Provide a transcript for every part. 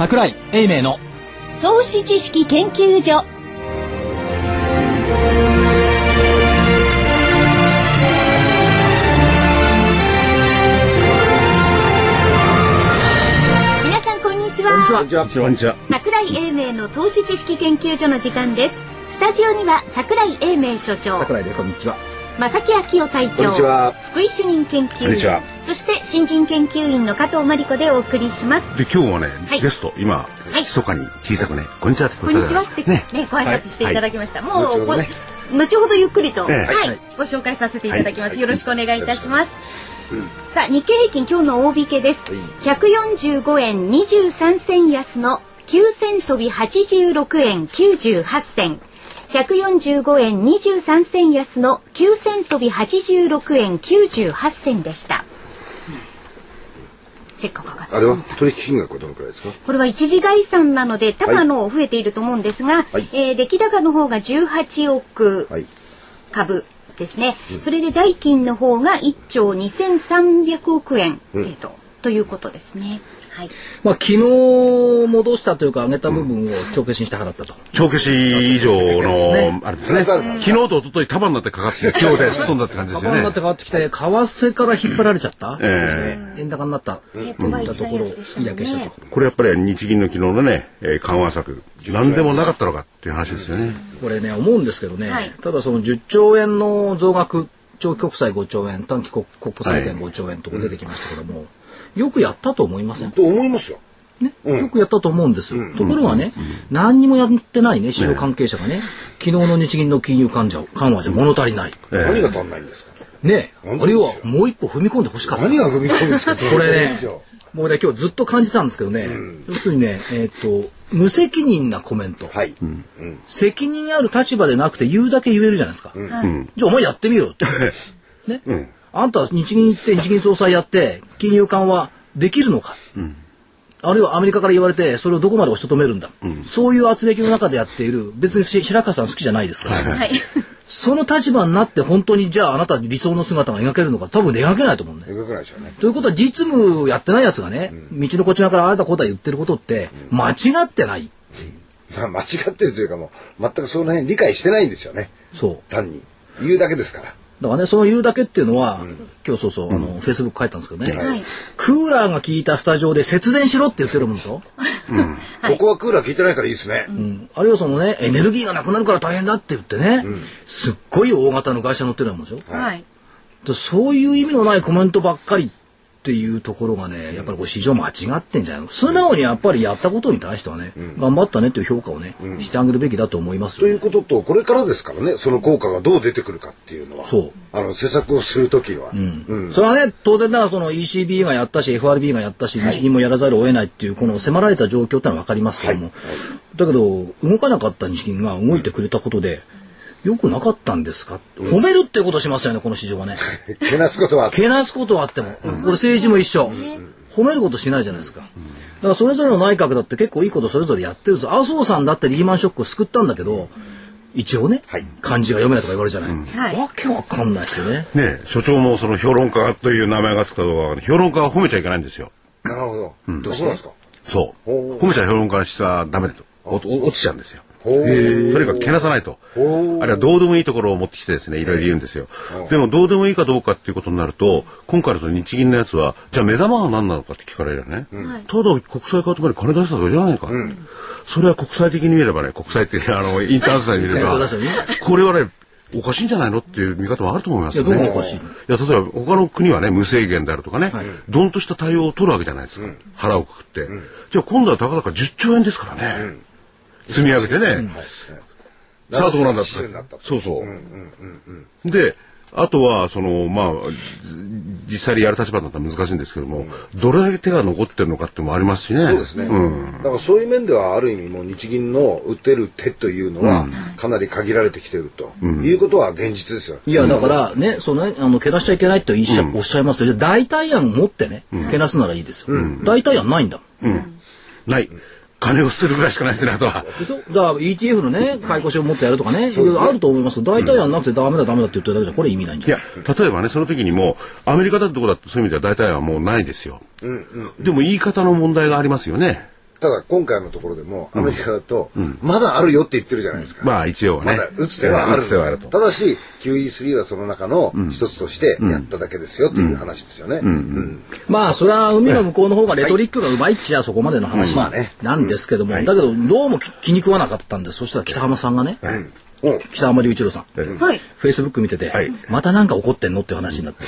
櫻井英明の投資知識研究所。皆さんこんにちは。 こんにちは。 櫻井英明の投資知識研究所の時間です。スタジオには櫻井英明所長、 櫻井でこんにちは。 正木昭夫隊長、福井主任研究員、そして新人研究員の加藤真理子でお送りします。 で今日はね、ゲスト今、密かに小さくねこんにちはってこんにちはってねご挨拶していただきました。もう後ほどゆっくりと、ご紹介させていただきます。よろしくお願いいたします。さあ日経平均今日の大引けです。145円23銭安の9000飛び86円98銭。145円23銭安の9000飛び86円98銭でした。せっかく上がった。 あれは取引金額はどのくらいですか？ これは一時概算なので多分増えていると思うんですが、出来高の方が18億株ですね、それで代金の方が1兆2300億円程度ということですね。 昨日戻したというか上げた部分を帳消しにして払ったと。 帳消し以上のあれですね。昨日と一昨日束になってかかって今日ですっ飛んだって感じですよね。 束になってかかってきて為替から引っ張られちゃった。円高になったところを嫌気したと。 これやっぱり日銀の昨日のね緩和策何でもなかったのかっていう話ですよね。 これね思うんですけどね、ただその10兆円の増額、長期国債5兆円、短期国債券5兆円と出てきましたけども、よくやったと思いません？ と思いますよ。 よくやったと思うんですよ。ところがね、何にもやってないね市場関係者がね、昨日の日銀の金融緩和じゃ物足りない。 何が足んないんですか？ ね、あるいはもう一歩踏み込んでほしかった。 何が踏み込むんですか？ これね、もうね今日ずっと感じたんですけどね、要するにね、無責任なコメント。責任ある立場でなくて言うだけ言えるじゃないですか。じゃあお前やってみろって。ね。あんた日銀行って日銀総裁やって金融緩和できるのか、あるいはアメリカから言われてそれをどこまで押しとどめるんだ、そういう圧力の中でやっている、別に白川さん好きじゃないですから、その立場になって本当にじゃああなたに理想の姿が描けるのか、多分描けないと思うんだよ。 描けないでしょうね。 ということは実務やってないやつがね、道のこちらからあなたことは言ってることって間違ってない、 間違ってるというかもう全くその辺理解してないんですよね。単に言うだけですから。 だからね、その言うだけっていうのは、今日フェイスブック書いたんですけどね、クーラーが効いたスタジオで節電しろって言ってるもんでしょ。 ここはクーラー効いてないからいいですね。 あるいはそのね、エネルギーがなくなるから大変だって言ってね、すっごい大型の会社乗ってるもんでしょ。そういう意味のないコメントばっかりっていうところがね、やっぱりこれ市場間違ってんじゃないの。素直にやっぱりやったことに対してはね、頑張ったねっていう評価をね、してあげるべきだと思いますよ。 ということと、これからですからね、その効果がどう出てくるかっていうのは、施策をするときは、 それはね、当然ながらその ECB がやったし FRB がやったし、日銀もやらざるを得ないっていうこの迫られた状況ってのは分かりますけども、だけど動かなかった日銀が動いてくれたことで良くなかったんですか、褒めるっていうことをしますよね、この市場はね。 けなすことはあっても、 これ政治も一緒、褒めることしないじゃないですか。だからそれぞれの内閣だって結構いいことそれぞれやってるんです。麻生さんだってリーマンショックを救ったんだけど、一応ね、漢字が読めないとか言われるじゃない、わけわかんないですよね。 所長もその評論家という名前がつくかどうか、評論家は褒めちゃいけないんですよ。 なるほど。どうしてですか？ 褒めちゃ評論家の質はダメだと落ちちゃうんですよ。とにかくけなさないと、あるいはどうでもいいところを持ってきてですね、いろいろ言うんですよ。でもどうでもいいかどうかっていうことになると、今回だと日銀のやつはじゃあ目玉は何なのかって聞かれるよね。ただ国債買うために金出しただけじゃないか、それは国際的に見ればね、国債ってインターネットで見ればこれはねおかしいんじゃないのっていう見方もあると思いますよね。 どうおかしい？ 例えば他の国はね無制限であるとかね、どんとした対応を取るわけじゃないですか、腹をくくって、じゃあ今度はたかだか10兆円ですからね、積み上げてね、さあどうなんだって。であとは実際にやる立場だったら難しいんですけども、どれだけ手が残ってるのかってもありますしね。 そうですね。だからそういう面ではある意味もう日銀の打てる手というのはかなり限られてきているということは現実ですよ。 いやだからね、けなしちゃいけないとおっしゃいますよ。代替案を持ってね、けなすならいいですよ。代替案ないんだもん。 ない。金をするぐらいしかないですね、あとは。 でしょ。だから ETF のね、買い越しを持ってやるとかね、いろいろあると思います。大体案なくてダメだって言ってるだけじゃこれ意味ないんじゃない。 いや、例えばね、その時にもアメリカだってとこだってそういう意味では大体はもうないですよ。でも言い方の問題がありますよね。 ただ今回のところでもアメリカだとまだあるよって言ってるじゃないですか。 まあ一応はね。 まだ打つ手はあると。ただし QE3 はその中の一つとしてやっただけですよという話ですよね。 まあそれは海の向こうの方がレトリックがうまいっちゃそこまでの話なんですけども、だけどどうも気に食わなかったんで、そしたら北浜さんがね、北浜隆一郎さん、フェイスブック見てて、またなんか怒ってんのって話になって、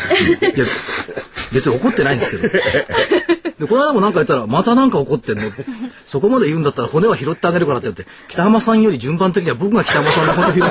いや別に怒ってないんですけど。でこの間も何か言ったらまたなんか怒ってんのって、そこまで言うんだったら骨は拾ってあげるからって言って、北浜さんより順番的には僕が北浜さんの骨を拾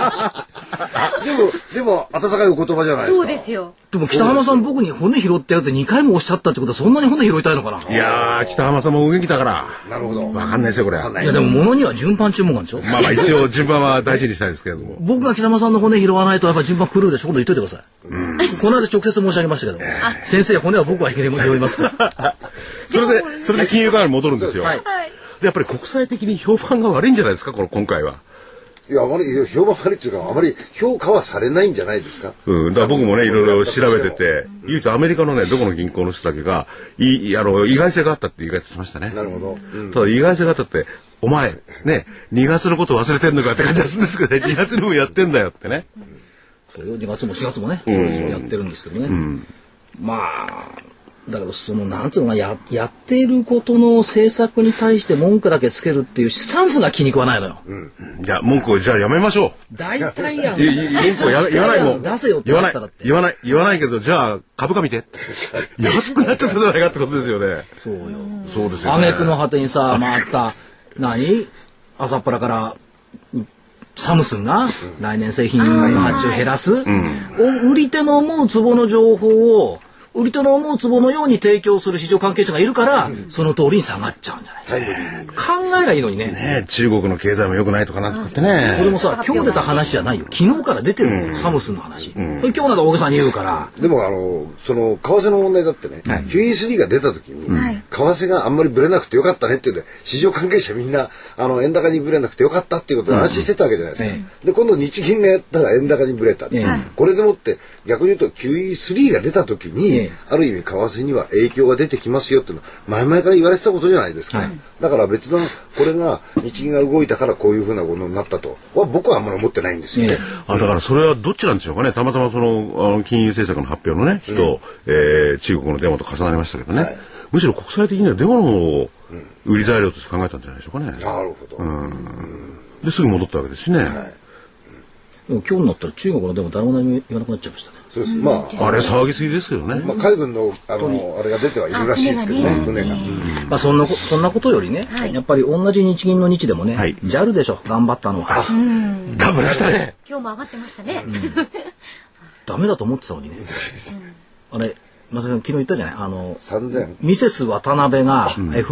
う。でも温かいお言葉じゃないですか。 そうですよ。 でも北浜さん僕に骨拾ってやるって2回もおっしゃったってことはそんなに骨拾いたいのかな。 いやー北浜さんもお元気だから。 なるほど。 わかんないですよこれ。 いやでも物には順番注文なんでしょ。 まあ一応順番は大事にしたいですけれども。 僕が北浜さんの骨拾わないとやっぱ順番狂うでしょ。今度言っといてください。この間直接申し上げましたけど、先生骨は僕は拾いますから。 それで金融緩和に戻るんですよ。でやっぱり国際的に評判が悪いんじゃないですか今回は。 いやあまり評判悪いっていうかあまり評価はされないんじゃないですか。 だから僕もねいろいろ調べてて、唯一アメリカのねどこの銀行の人だけが意外性があったって言い方しましたね。 なるほど。 ただ意外性があったってお前ね2月のこと忘れてんのかって感じがするんですけどね、2月にもやってんだよってね。 そうよ2月も4月もね、やってるんですけどね。まあだけどそのなんていうのかやっていることの政策に対して文句だけつけるっていうスタンスが気に食わないのよ。 じゃあ文句をじゃあやめましょう。 大体やん。 文句を言わないもん。 出せよって言わないけどじゃあ株価見て安くなっちゃったじゃないかってことですよね。 そうよ。 そうですよね。 挙句の果てにさまた朝っぱらからサムスンが来年製品の発注を減らす、売り手の思うツボの情報を売り手の思うツボのように提供する市場関係者がいるから、その通りに下がっちゃうんじゃないか。考えがいいのにね。 中国の経済も良くないとかなんとかってね。 それもさ今日出た話じゃないよ。昨日から出てるの、サムスンの話。今日なら大げさに言うから。 でもその為替の問題だってね、QE3 が出た時に、為替があんまりぶれなくてよかったねっていうので市場関係者みんな円高にぶれなくてよかったっていうことで安心してたわけじゃないですか。で今度日銀がやったら円高にぶれた。これでもって逆に言うと QE3 が出た時に、ある意味為替には影響が出てきますよっていうのは前々から言われてたことじゃないですか。だから別のこれが日銀が動いたからこういうふうなことになったとは僕はあんまり思ってないんですよね。 だからそれはどっちなんでしょうかね。たまたまその金融政策の発表のね日と、中国のデモと重なりましたけどね、むしろ国際的にはデモの方を売り材料として考えたんじゃないでしょうかね。 なるほど。 ですぐ戻ったわけですしね。 でも今日になったら中国のデモ誰も何も言わなくなっちゃいましたね。 そうです。 あれ騒ぎすぎですけどね。 海軍のあれが出てはいるらしいですけどね、船が。 そんなことよりね、やっぱり同じ日銀の日でもね、JAL でしょ頑張ったのは。 頑張りましたね。 今日も上がってましたね。 ダメだと思ってたのにね。あれまさか昨日言ったじゃない 3000 ミセス渡辺が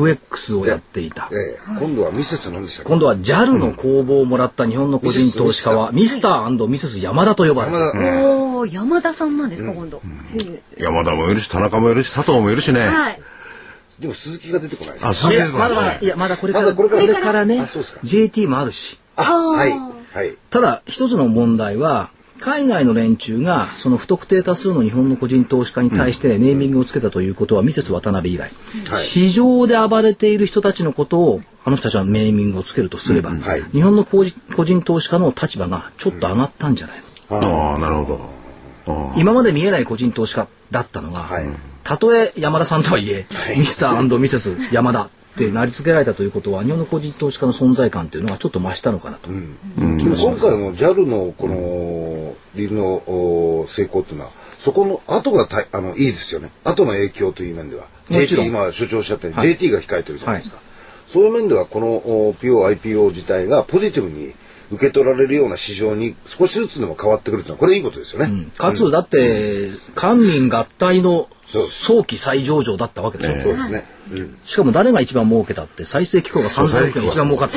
FX をやっていた。 今度はミセスなんでしたっけ。 今度は JAL の公募をもらった日本の個人投資家はミスター&ミセス山田と呼ばれる。 おー山田さんなんですか今度。 山田もいるし田中もいるし佐藤もいるしね。 でも鈴木が出てこない。 まだこれからね JT もあるし。ただ一つの問題は海外の連中がその不特定多数の日本の個人投資家に対してネーミングをつけたということはミセス渡辺以来、市場で暴れている人たちのことをあの人たちはネーミングをつけるとすれば、日本の個人投資家の立場がちょっと上がったんじゃないの。 なるほど。 今まで見えない個人投資家だったのが、たとえ山田さんとはいえ、ミスター&ミセス山田ってなり付けられたということは日本の個人投資家の存在感というのがちょっと増したのかなと、 今回の JAL のこのリールの成功というのはそこの後がいいですよね。後の影響という面では JT 今所長おっしゃったように JT が控えてるじゃないですか。そういう面ではこの POIPO 自体がポジティブに受け取られるような市場に少しずつでも変わってくるというのはこれいいことですよね。 かつだって官民合体の早期再上場だったわけですよ。 そうですね。 しかも誰が一番儲けたって再生機構が3000億円一番儲かった。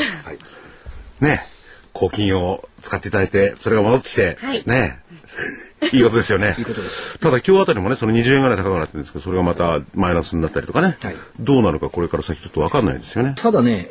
ね、公金を使っていただいてそれが戻ってきて、ね、いいことですよね。 いいことです。 ただ今日あたりもねその20円ぐらい高くなってるんですけどそれがまたマイナスになったりとかね、どうなるかこれから先ちょっと分かんないですよね。 ただね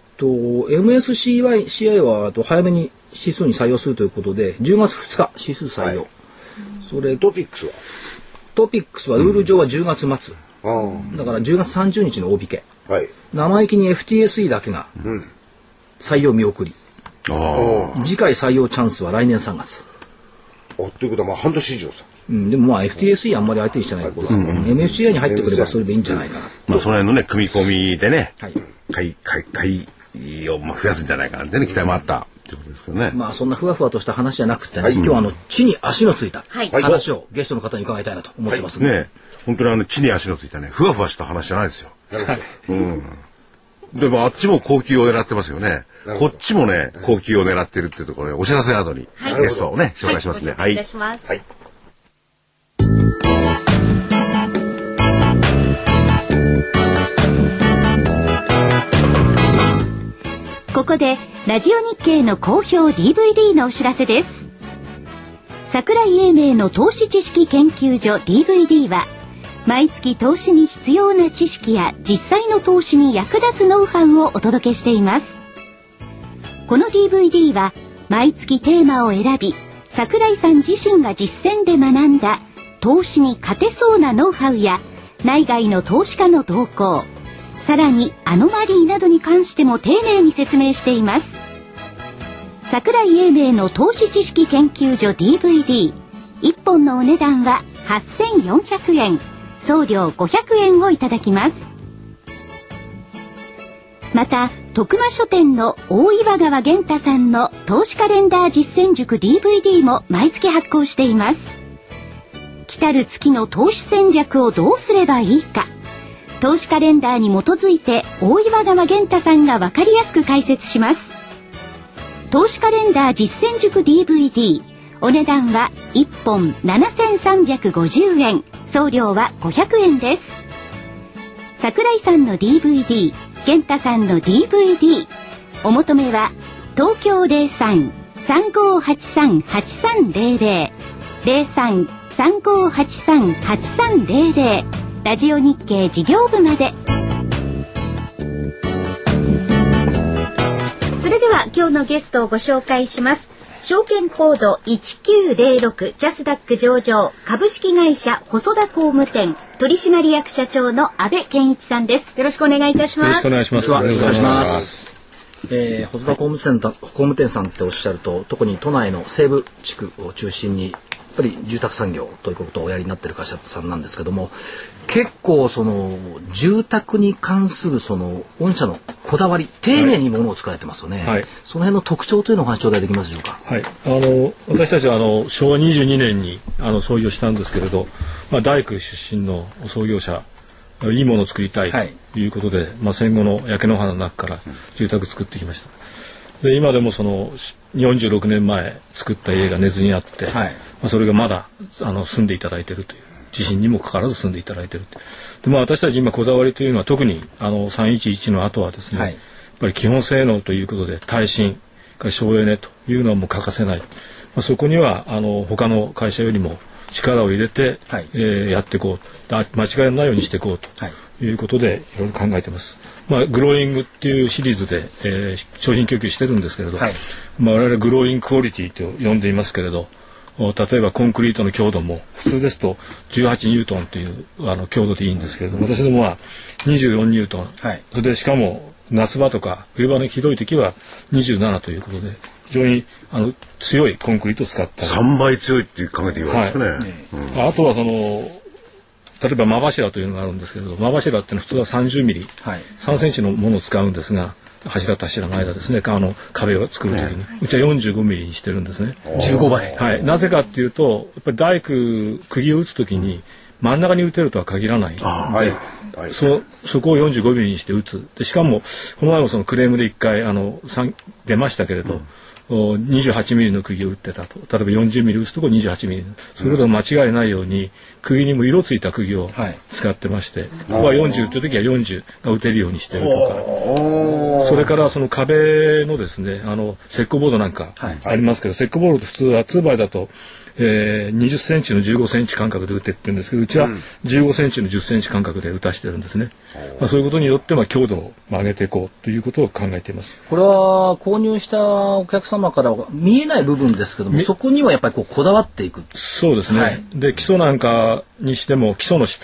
MSCI は早めに指数に採用するということで10月2日指数採用、それトピックスはルール上は10月末、だから10月30日の大引けはい、 生意気に FTSE だけが採用見送り、次回採用チャンスは来年3月。 ということはまあ半年以上さ。 でもまあ FTSE あんまり相手にしてないことですね。MSCI に入ってくればそれでいいんじゃないかな。 まあその辺のね組み込みでね、買いを増やすんじゃないかなってね期待もあったってことですけどね。 まあそんなふわふわとした話じゃなくてね、今日は地に足のついた話をゲストの方に伺いたいなと思ってますね。本当に地に足のついたねふわふわした話じゃないですよ。でもあっちも高級を狙ってますよね。こっちもね高級を狙ってるっていうところでお知らせなどにゲストをね紹介しますね。 はい。ご紹介いたします。はい。ここでラジオ日経の好評 DVD のお知らせです。桜井英明の投資知識研究所 DVD は毎月投資に必要な知識や実際の投資に役立つノウハウをお届けしています。この DVD は毎月テーマを選び、桜井さん自身が実践で学んだ投資に勝てそうなノウハウや内外の投資家の動向、さらにアノマリーなどに関しても丁寧に説明しています。桜井英明の投資知識研究所 DVD 1本のお値段は8400円、送料500円をいただきます。また徳間書店の大岩川源太さんの投資カレンダー実践塾 DVD も毎月発行しています。来たる月の投資戦略をどうすればいいか、投資カレンダーに基づいて大岩川源太さんが分かりやすく解説します。投資カレンダー実践塾 DVD、 お値段は1本7350円、送料は500円です。桜井さんの DVD、 源太さんの DVD、 お求めは東京 03-3583-8300 03-3583-8300 ラジオ日経事業部まで。それでは今日のゲストをご紹介します。証券コード1906ジャスダック上場株式会社細田工務店取締役社長の阿部健一さんです。よろしくお願いいたします。 よろしくお願いします。 お願いします。細田工務店さんっておっしゃると、特に都内の西部地区を中心にやっぱり住宅産業ということをおやりになっている会社さんなんですけども、結構その住宅に関するその御社のこだわり、丁寧にものを作られてますよね。はい、その辺の特徴というのをお話し頂戴できますでしょうか。 はい、私たちは昭和22年に創業したんですけれど、大工出身の創業者、いいものを作りたいということで、戦後の焼け野原の中から住宅作ってきました。で今でもその46年前作った家が根津にあって、それがまだ住んでいただいているという、地震にもかかわらず住んでいただいているで、私たち今こだわりというのは特に311の後はですね、やっぱり基本性能ということで耐震省エネというのはもう欠かせない。そこには他の会社よりも力を入れて、やっていこう、間違いのないようにしていこうということでいろいろ考えています。グローイングっていうシリーズで、商品供給してるんですけれど、我々グローイングクオリティと呼んでいますけれど、例えばコンクリートの強度も普通ですと18ニュートンという強度でいいんですけれども、私どもは24ニュートン、それでしかも夏場とか冬場のひどい時は27ということで、非常に強いコンクリートを使った 3倍強いっていう考えていいわけですかね。 あとは例えば間柱というのがあるんですけれど、間柱ってのは普通は30ミリ、3センチのものを使うんですが、柱と柱の間ですね、壁を作るときに、うちは45ミリにしてるんですね。 15倍。 なぜかっていうと、やっぱり大工釘を打つときに真ん中に打てるとは限らないので、そこを45ミリにして打つ。でしかもこの前もそのクレームで1回出ましたけれど、28ミリの釘を打ってたと。例えば40ミリ打つとこ28ミリ。そういうことが間違いないように、釘にも色ついた釘を使ってまして、ここは40という時は40が打てるようにしてるとか、それからその壁のですね、石膏ボードなんかありますけど、石膏ボードって普通は2倍だと、20センチの15センチ間隔で打てって言うんですけど、うちは15センチの10センチ間隔で打たしてるんですね。そういうことによって強度を上げていこうということを考えています。 これは購入したお客様から見えない部分ですけども、そこにはやっぱりこだわっていく。 そうですね。で基礎なんかにしても基礎の下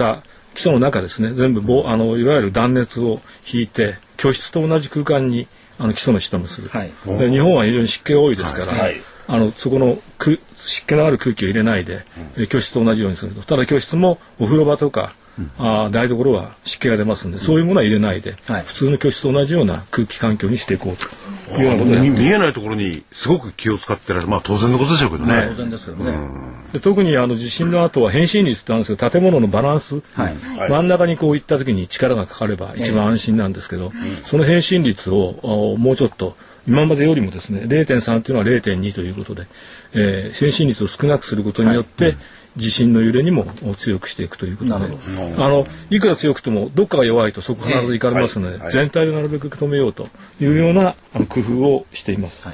基礎の中ですね、全部いわゆる断熱を引いて居室と同じ空間に基礎の下もする、はい、で日本は非常に湿気が多いですから、はいはい、そこの湿気のある空気を入れないで、居室と同じようにすると。ただ居室もお風呂場とか、台所は湿気が出ますんで、そういうものは入れないで、はい、普通の居室と同じような空気環境にしていこうというようなことで、 見えないところにすごく気を使ってられる、まあ当然のことでしょうけどね。 当然ですけどね。 で特に地震の後は変震率ってあるんですけど、建物のバランス、はい、真ん中にこう行った時に力がかかれば一番安心なんですけど、その変震率をもうちょっと今までよりもですね 0.3 というのは 0.2 ということで、変震率を少なくすることによって、はい、地震の揺れにも強くしていくということで、いくら強くてもどっかが弱いとそこ必ず行かれますので、はい、全体でなるべく止めようというような工夫をしています。 はい、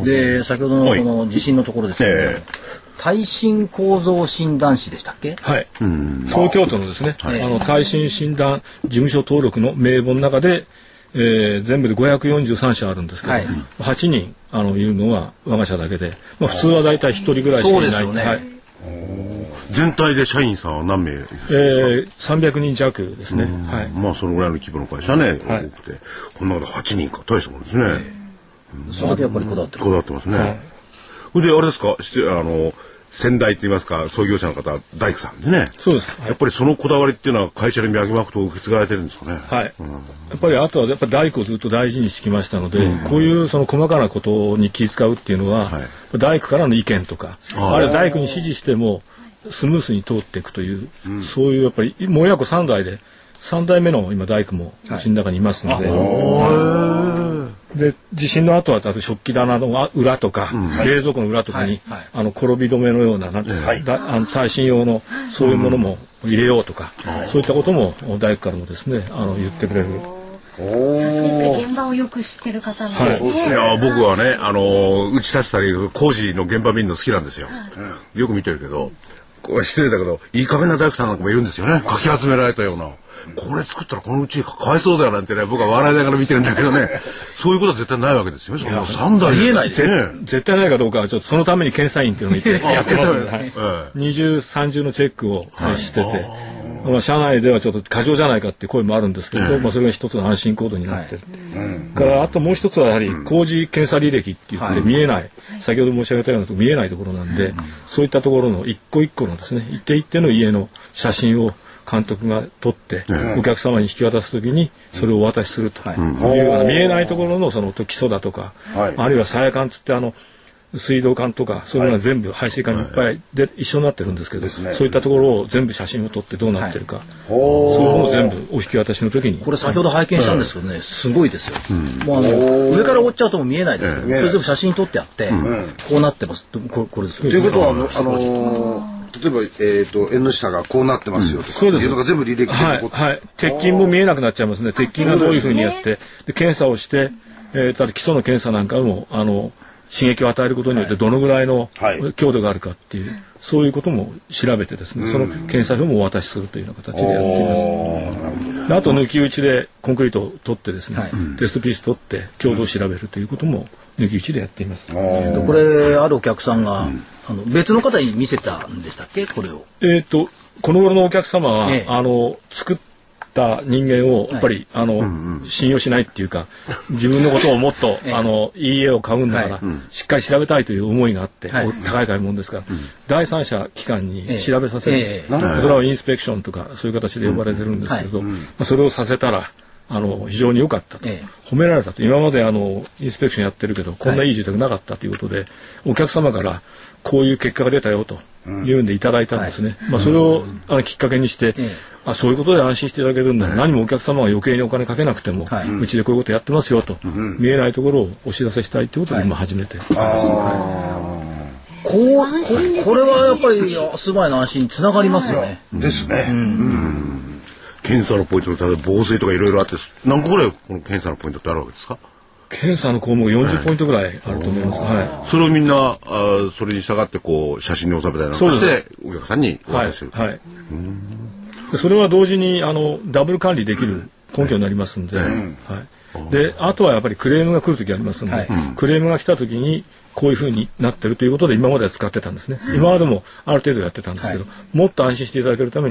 で先ほどのこの地震のところですけど、耐震構造診断士でしたっけ？ はい。東京都のですね、耐震診断事務所登録の名簿の中で、全部で543社あるんですけど、はい、8人いるのは我が社だけで、普通はだいたい1人ぐらいしかいない。そうですよね。はい、 全体で社員さんは何名 ？300人弱ですね。はい。 まあそのぐらいの規模の会社ね、多くて、この中で8人か大したもんですね。 それだけやっぱりこだわってる。 こだわってますね。それであれですか、先代といいますか創業者の方大工さんでね。 そうです。 やっぱりそのこだわりっていうのは会社で脈々と受け継がれてるんですかね。 はい。やっぱりあとはやっぱり大工をずっと大事にしてきましたので、こういうその細かなことに気遣うっていうのは、大工からの意見とか、あるいは大工に指示してもスムースに通っていくという、そういうやっぱりもう約3代で3代目の今大工もうちの中にいますので。で地震の後は食器棚の裏とか、冷蔵庫の裏とかに、転び止めのような耐震用のそういうものも入れようとか、そういったことも大工からもですね言ってくれる。 さすがやっぱり現場をよく知ってる方なんですね。 いや僕はね打ち立てたり工事の現場見るの好きなんですよ。よく見てるけど失礼だけどいい加減な大工さんなんかもいるんですよね。かき集められたような。これ作ったらこのうちかわいそうだよなんてね僕は笑いながら見てるんだけどねそういうことは絶対ないわけですよね。その3代言えないですね。 絶対ないかどうかはちょっとそのために検査員っていうのがいてやってますので、二重三重のチェックをしてて、社内ではちょっと過剰じゃないかっていう声もあるんですけど、それが一つの安心行動になってる。からあともう一つはやはり工事検査履歴って言って見えない、先ほど申し上げたようなと見えないところなんで、そういったところの一個一個のですね一手一手の家の写真を監督が撮ってお客様に引き渡すときにそれをお渡しするというような見えないところのその基礎だとか、あるいは鞘管つって水道管とかそういうものが全部排水管にいっぱいで一緒になってるんですけど、そういったところを全部写真を撮ってどうなってるか、そういうものを全部お引き渡しの時に。 これ先ほど拝見したんですけどね、すごいですよ。もう上から折っちゃうとも見えないですけど、それ全部写真撮ってあってこうなってます。これですよ。 ということは例えば、縁の下がこうなってますよとか、いうのが全部履歴で残って、 はい、鉄筋も見えなくなっちゃいますね。鉄筋がどういうふうにやってで検査をして、基礎の検査なんかも刺激を与えることによってどのぐらいの強度があるかっていう、そういうことも調べてですね、その検査票もお渡しするというような形でやっています。あと抜き打ちでコンクリートを取ってですね、テストピース取って強度を調べるということも抜き打ちでやっています。 これあるお客さんが別の方に見せたんでしたっけこれを。 この頃のお客様は、作った人間をやっぱり、信用しないっていうか自分のことをもっと、いい家を買うんだから、しっかり調べたいという思いがあって、高い買い物ですから、第三者機関に調べさせる、それはインスペクションとかそういう形で呼ばれてるんですけど、それをさせたら非常に良かったと、褒められたと。今までインスペクションやってるけどこんないい住宅なかったということで、お客様からこういう結果が出たよというんでいただいたんですね。それをきっかけにして、そういうことで安心していただけるんだ、何もお客様が余計にお金かけなくても、うちでこういうことやってますよと、見えないところをお知らせしたいということで今始めています。 これはやっぱり住まいの安心につながりますよね。 ですね。 検査のポイント、例えば防水とかいろいろあって、何個ぐらいこの検査のポイントってあるわけですか？ 検査の項目40ポイントぐらいあると思います。 それをみんなそれに従ってシャシンに収めたりなんかしてお客さんにお渡しする。 それは同時にダブル管理できる根拠になりますんで、であとはやっぱりクレームが来る時ありますんで、クレームが来た時にこういうふうになってるということで今までは使ってたんですね。今までもある程度やってたんですけど、もっと安心していただけるために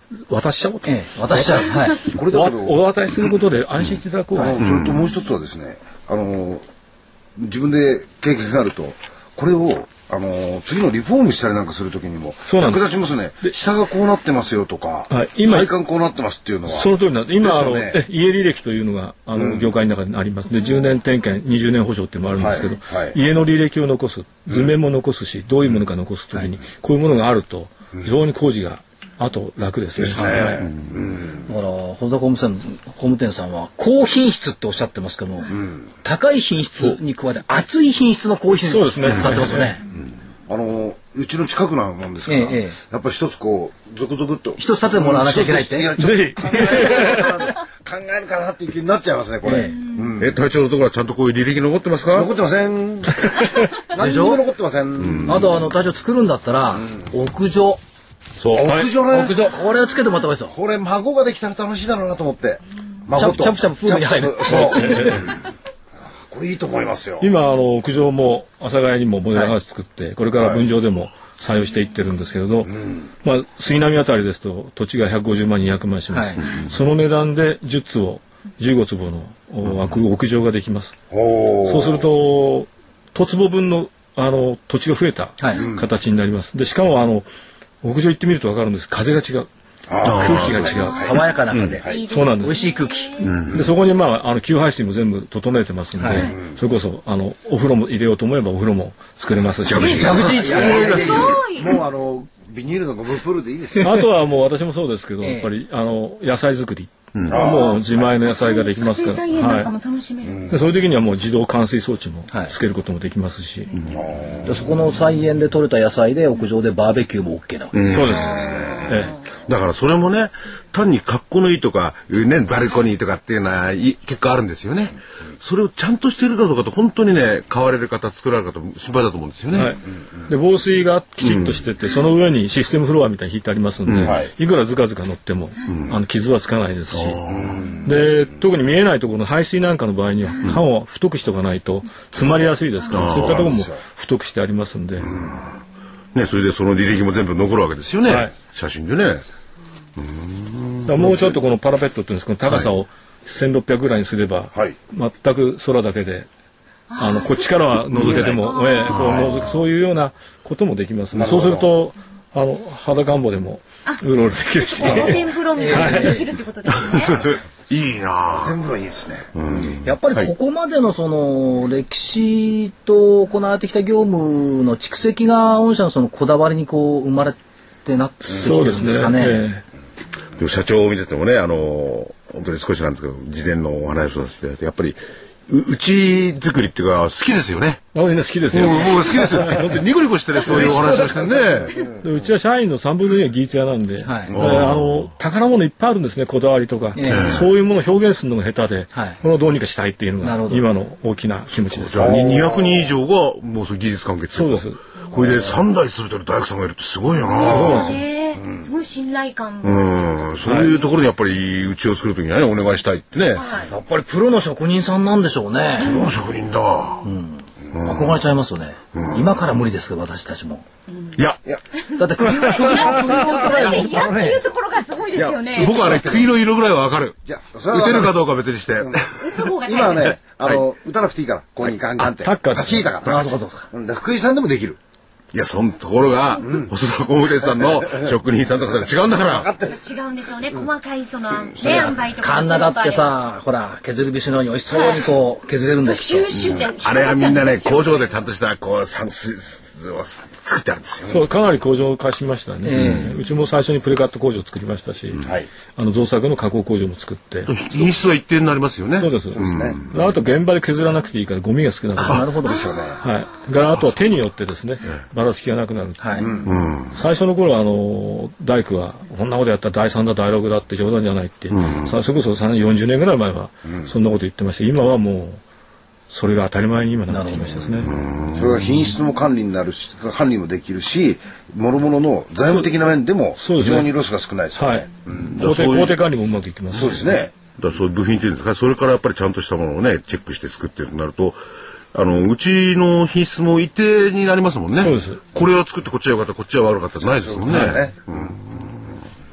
渡しちゃおうと。 渡しちゃう。はい。 これだけどお渡しすることで安心していただこう。 それともう一つはですね、自分で経験があると、これを次のリフォームしたりなんかするときにも役立ちますね。下がこうなってますよとか、配管こうなってますっていうのは。 その通りなんです。今家履歴というのが業界の中にあります。で10年点検、20年保証っていうのもあるんですけど、家の履歴を残す、図面も残すし、どういうものか残すときにこういうものがあると非常に工事があと楽ですね。 だから本田工務店さんは高品質っておっしゃってますけども、高い品質に加えて厚い品質の高品質を使ってますよね。 うちの近くなもんですから、やっぱり一つこうゾクゾクっと一つ建ててもらわなきゃいけないって。 ぜひ考えるかなっていう気になっちゃいますねこれ。 隊長のところはちゃんとこういう履歴残ってますか？ 残ってません。何にも残ってません。 あと隊長作るんだったら屋上。 そう。 屋上ね。 屋上これをつけてもらった方がいいですよ。 これ孫ができたら楽しいだろうなと思って。 チャプチャププールに入る。 そう。これいいと思いますよ。 今屋上も阿佐ヶ谷にもモデルハウス作って、これから分譲でも採用していってるんですけれど、杉並あたりですと土地が150万200万します。その値段で10坪15坪の屋上ができます。そうすると1坪分の土地が増えた形になります。でしかも屋上行ってみると分かるんです。風が違う。空気が違う。 爽やかな風。 そうなんです。 美味しい空気。 でそこに給排水も全部整えてますんで、それこそお風呂も入れようと思えばお風呂も作れますし。 ジャグジー作れるらしい。 もうビニールのゴムプールでいいですよ。 あとはもう私もそうですけど、やっぱり野菜作り。もう自前の野菜ができますから。 菜園なんかも楽しめる。 そういう時にはもう自動換水装置もつけることもできますし。 そこの菜園で採れた野菜で屋上でバーベキューも OK なわけです。 そうです。 だからそれもね、単に格好のいいとか、ね、バルコニーとかっていうのは結構あるんですよね。それをちゃんとしているかどうかと本当にね、買われる方、作られる方心配だと思うんですよね。 で防水がきちっとしてて、その上にシステムフロアみたいに引いてありますんで、いくらずかずか乗っても傷はつかないですし、で特に見えないところの排水なんかの場合には管を太くしておかないと詰まりやすいですから、そういったところも太くしてありますんで。 ね、それでその履歴も全部残るわけですよね。写真でね。 もうちょっとこのパラペットっていうんですけど、高さを1600ぐらいにすれば、全く空だけでこっちからは覗けても、そういうようなこともできますね。そうすると裸んぼでもうろうろできるし、 露天風呂みたいなのできるってことですね。 いいな。 露天風呂いいですね。 やっぱりここまでのその歴史と行われてきた業務の蓄積が御社のそのこだわりにこう生まれてなってきてるんですかね。 でも社長を見ててもね、本当に少しなんですけど、事前のお話をしてて、やっぱりうち作りっていうか好きですよね。 みんな好きですよ。 もう好きですよ。本当にニコニコしてね、そういうお話をしてね。 うちは社員の3分の2は技術屋なんで、宝物いっぱいあるんですね、こだわりとか、そういうものを表現するのが下手で、これをどうにかしたいっていうのが今の大きな気持ちです。 200人以上がもうそういう技術関係っていうか。そうです。これで3代すると大工さんがいるってすごいよな。 すごい信頼感。 そういうところでやっぱりうちを作るときにはね、お願いしたいってね。やっぱりプロの職人さんなんでしょうね。 プロの職人だ。 憧れちゃいますよね。今から無理ですけど私たちも。 いやだって釘の色っていうところがすごいですよね。 僕はね、釘の色ぐらいはわかる。打てるかどうかは別にして。 今はね、打たなくていいから、ここにガンガンって。 タッカーパチーだから。福井さんでもできる。 いや、そのところが、細田工務店さんの職人さんとか違うんだから。 違うんでしょうね。細かい塩梅とか。 カンナだってさ、ほら削る節のように美味しそうにこう削れるんですよ。 あれはみんなね、工場でちゃんとしたこう算数を作ってあるんですよ。 そう、かなり工場化しましたね。うちも最初にプレカット工場を作りましたし、造作の加工工場も作って。 品質は一定になりますよね。 そうです。あと現場で削らなくていいからゴミが少なくなる。 なるほどですよね。 あとは手によってですね、ばらつきがなくなる。最初の頃は大工はこんなことやったら第3だ第6だって冗談じゃないって、それこそ40年ぐらい前はそんなこと言ってまして、今はもうそれが当たり前に今なってきましたですね。 それが品質も管理になるし、管理もできるし、諸々の財務的な面でも非常にロスが少ないですよね。 工程管理もうまくいきます。 そうですね。 だそういう部品っていうんですか、それからやっぱりちゃんとしたものをねチェックして作ってるとなると。うちの品質も一定になりますもんね。そうです。これを作ってこっちは良かった、こっちは悪かったじゃないですもんね。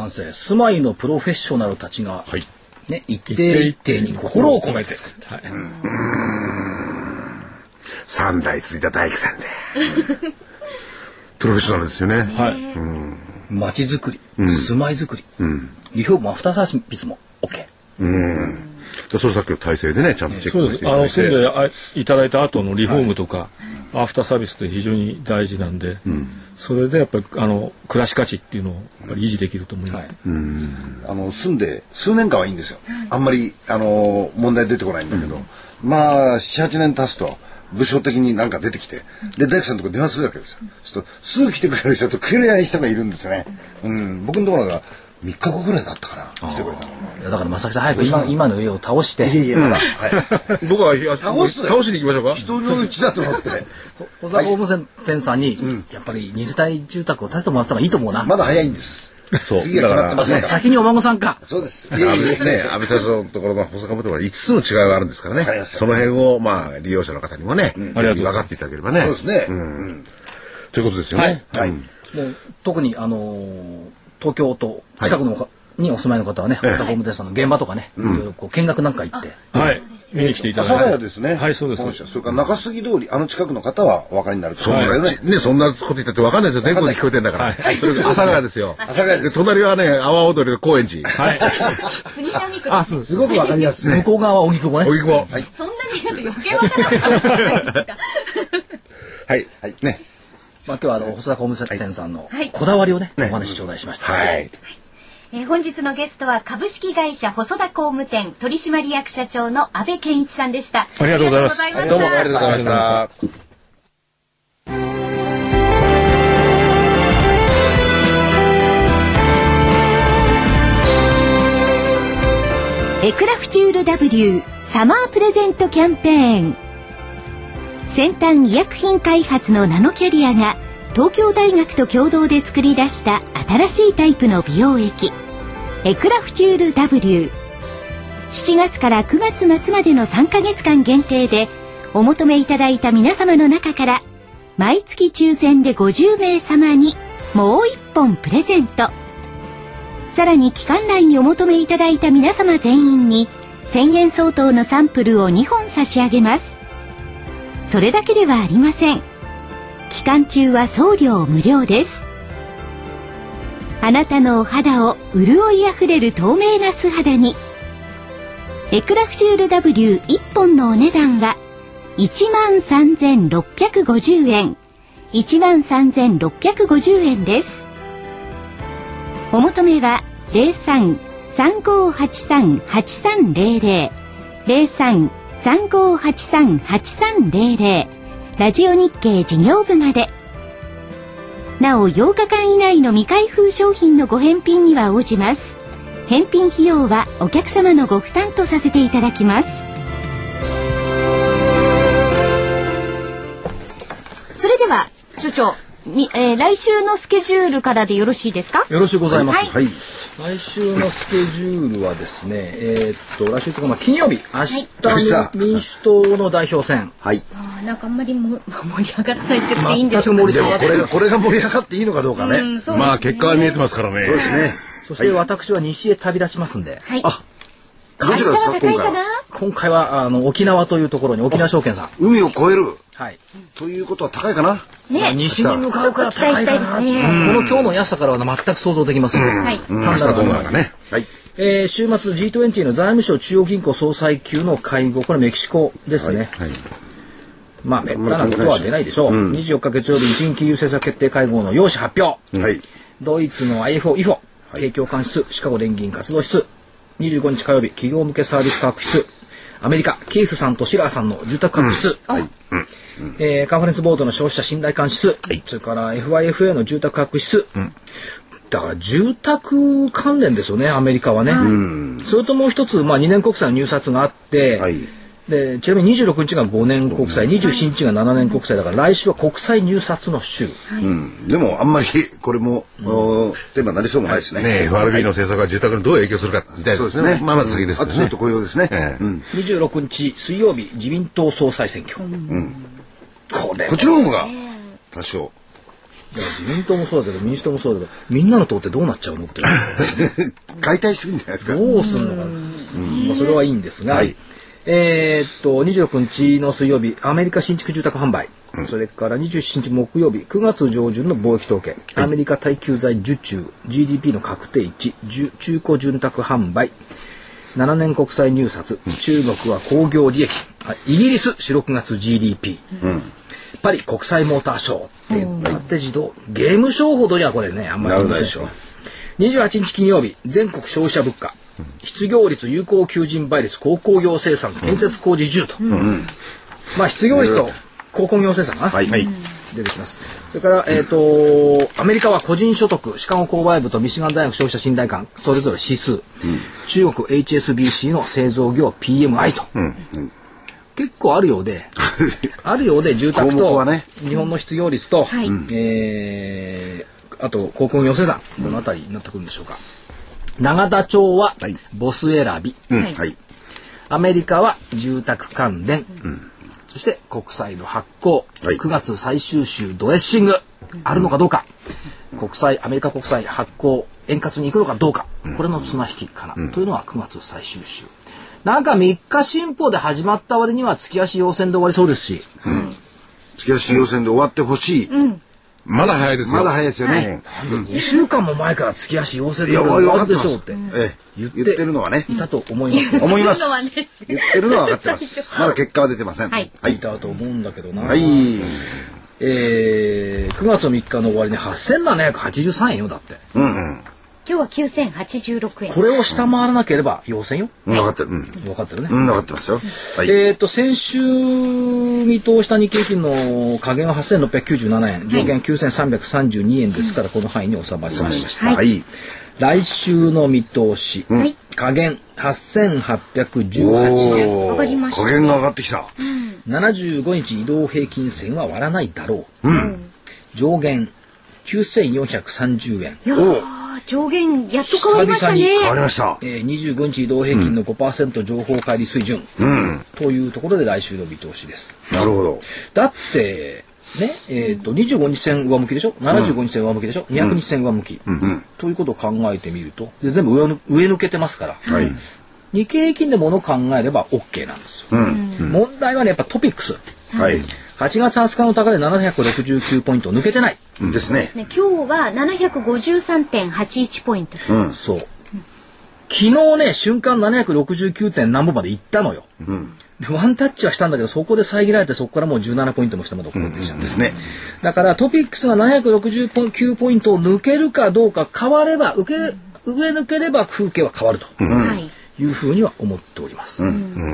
完成。住まいのプロフェッショナルたちが、ね、一定一定に心を込めて作った。 3代続いた大工さんで。プロフェッショナルですよね。 街づくり、住まいづくり、リフォーム、アフターサービスも OK。 それさっきの体制でね、ちゃんとチェックしていただいて。 住んでいただいた後のリフォームとか、アフターサービスって非常に大事なんで、それでやっぱり暮らし価値っていうのをやっぱり維持できると思います。 住んで数年間はいいんですよ。あんまり問題出てこないんだけど、まあ7、8年経つと部署的になんか出てきて、で大工さんのとこ電話するわけですよ。そうするとすぐ来てくれる人と来れない人がいるんですよね。僕のところが3日後ぐらいだったかな、来てくれたの。 だから正木さん早く今の家を倒して。 僕は倒しに行きましょうか。 人のうちだと思って。 小坂工務店さんにやっぱり2世帯住宅を建ててもらった方がいいと思うな。 まだ早いんです。 そうだから先にお孫さんか。 そうです。 安倍社長のところの細かめところ5つの違いがあるんですからね。その辺を利用者の方にもね、分かっていただければね。 そうですね。 ということですよね。 特に東京と近くのにお住まいの方はね、小坂工務店さんの現場とかね、いろいろ見学なんか行って、 見に来ていただいて。 阿佐ヶ谷ですね。 はい、そうです。 それから中杉通り、近くの方はお分かりになると思うね。そんなこと言ったって分かんないですよ。全国に聞こえてんだから。阿佐ヶ谷ですよ。 阿佐ヶ谷です。 隣はね、阿波踊りの高円寺。 杉並区です。 すごく分かりやすい。 向こう側は荻窪ね。 荻窪。 そんなに言うと余計分からないですか。 はい。ね。 今日は細田工務店さんのこだわりをね、お話頂戴しました。 本日のゲストは株式会社細田工務店取締役社長の阿部健一さんでした。 ありがとうございます。 どうもありがとうございました。 エクラフチュール W サマープレゼントキャンペーン。先端医薬品開発のナノキャリアが東京大学と共同で作り出した新しいタイプの美容液エクラフチュール W。 7月から9月末までの3ヶ月間限定でお求めいただいた皆様の中から毎月抽選で50名様にもう1本プレゼント。さらに期間内にお求めいただいた皆様全員に1000円相当のサンプルを2本差し上げます。それだけではありません。期間中は送料無料です。あなたのお肌を潤いあふれる透明な素肌に。エクラフチュール W1 本のお値段は13,650円。13,650円です。お求めは 03-3583-8300 03-3583-8300 ラジオ日経事業部まで。なお8日間以内の未開封商品のご返品には応じます。返品費用はお客様のご負担とさせていただきます。それでは所長、来週のスケジュールからでよろしいですか？ よろしゅうございます。 はい。 来週のスケジュールはですね、来週というか金曜日、明日の民主党の代表選。 はい。 なんかあんまり盛り上がらないっていいんでしょうか。 でもこれが盛り上がっていいのかどうかね。 まあ結果は見えてますからね。 そうですね。 そして私は西へ旅立ちますんで。 はい。明日は高いかな。 今回は沖縄というところに沖縄証券さん。 海を越える。 はい。 ということは高いかな。 ね。 西に向かうから高いかな。この今日の安さからは全く想像できません。 はい。 明日どうなるかね。 はい。 週末 G20 の財務省中央銀行総裁級の会合、これメキシコですね。 はい。 まあめったなことは出ないでしょう。24日月曜日日銀金融政策決定会合の要旨発表。 はい。 ドイツの IFO、景況監視指数、シカゴ連銀活動指数。25日火曜日企業向けサービス価格指数。アメリカケイスさんとシラーさんの住宅価格指数。カンファレンスボードの消費者信頼感指数。それから FYFA の住宅価格指数。だから住宅関連ですよね、アメリカはね。それともう一つ、2年国債の入札があって、でちなみに26日が5年国債、27日が7年国債だから来週は国債入札の週。 でもあんまりこれもテーマになりそうもないですね。 FRB の政策が住宅にどう影響するかみたいですね。まあまず先ですね。 あとずっと雇用ですね。 26日水曜日自民党総裁選挙。 こっちの方が多少自民党もそうだけど民主党もそうだけど、みんなの党ってどうなっちゃうのって。 解体するんじゃないですか。 どうすんのかな。まあそれはいいんですが、はい、26日の水曜日、アメリカ新築住宅販売。それから27日木曜日、9月上旬の貿易統計、アメリカ耐久財受注、GDP の確定値、中古住宅販売、7年国債入札、中国は工業利益、イギリス4、6月 GDP、パリ国際モーターショー、だって自動、ゲームショーほどにはこれね、あんまりないでしょう。28日金曜日、全国消費者物価、失業率、有効求人倍率、鉱工業生産、建設工事需と。まあ失業率と鉱工業生産かな、はい、出てきます。それから、アメリカは個人所得、シカゴ購買部とミシガン大学消費者信頼感、それぞれ指数、中国 HSBC の製造業 PMI と、結構あるようで、住宅と日本の失業率と、あと鉱工業生産、このあたりになってくるんでしょうか。永田町はボス選び、アメリカは住宅関連、そして国債の発行、9月最終週ドレッシング、あるのかどうか、アメリカ国債発行円滑にいくのかどうか、これの綱引きかな、というのは9月最終週。なんか3日新報で始まった割には月足要線で終わりそうですし、 月足要線で終わってほしい。 まだ早いですよ。 まだ早いですよね。 2週間も前から月足要線で終わるでしょうって言ってるのはね。 いたと思います。 思います。言ってるのは分かってます。まだ結果は出てません。 いたと思うんだけどな。9月3日の終わりに8783円よだって。 今日は9086円。 これを下回らなければ要線よ。 分かってる。 分かってるね。 分かってますよ。 先週見通した日経平均の下限は8697円、上限9332円ですから、この範囲に収まりました。来週の見通し、下限8818円。 上がりました。 下限が上がってきた。 75日移動平均線は割らないだろう。上限9430円。 上限やっと変わりましたね。 変わりました。 25日移動平均の 5% 情報乖離水準、というところで来週の見通しです。 なるほど。 だってね、25日線上向きでしょ、75日線上向きでしょ、200日線上向き、ということを考えてみると、で全部上抜けてますから、日経平均でものを考えれば OK なんですよ。問題はね、やっぱトピックス。8月20日の高値769ポイント抜けてないですね。 今日は753.81ポイントです。 そう。昨日ね、瞬間769点何本まで行ったのよ。でワンタッチはしたんだけど、そこで遮られて、そこからもう17ポイントも下まで落っこってきちゃうんですね。だからトピックスが769ポイントを抜けるかどうか、変われば上抜ければ風景は変わるというふうには思っております。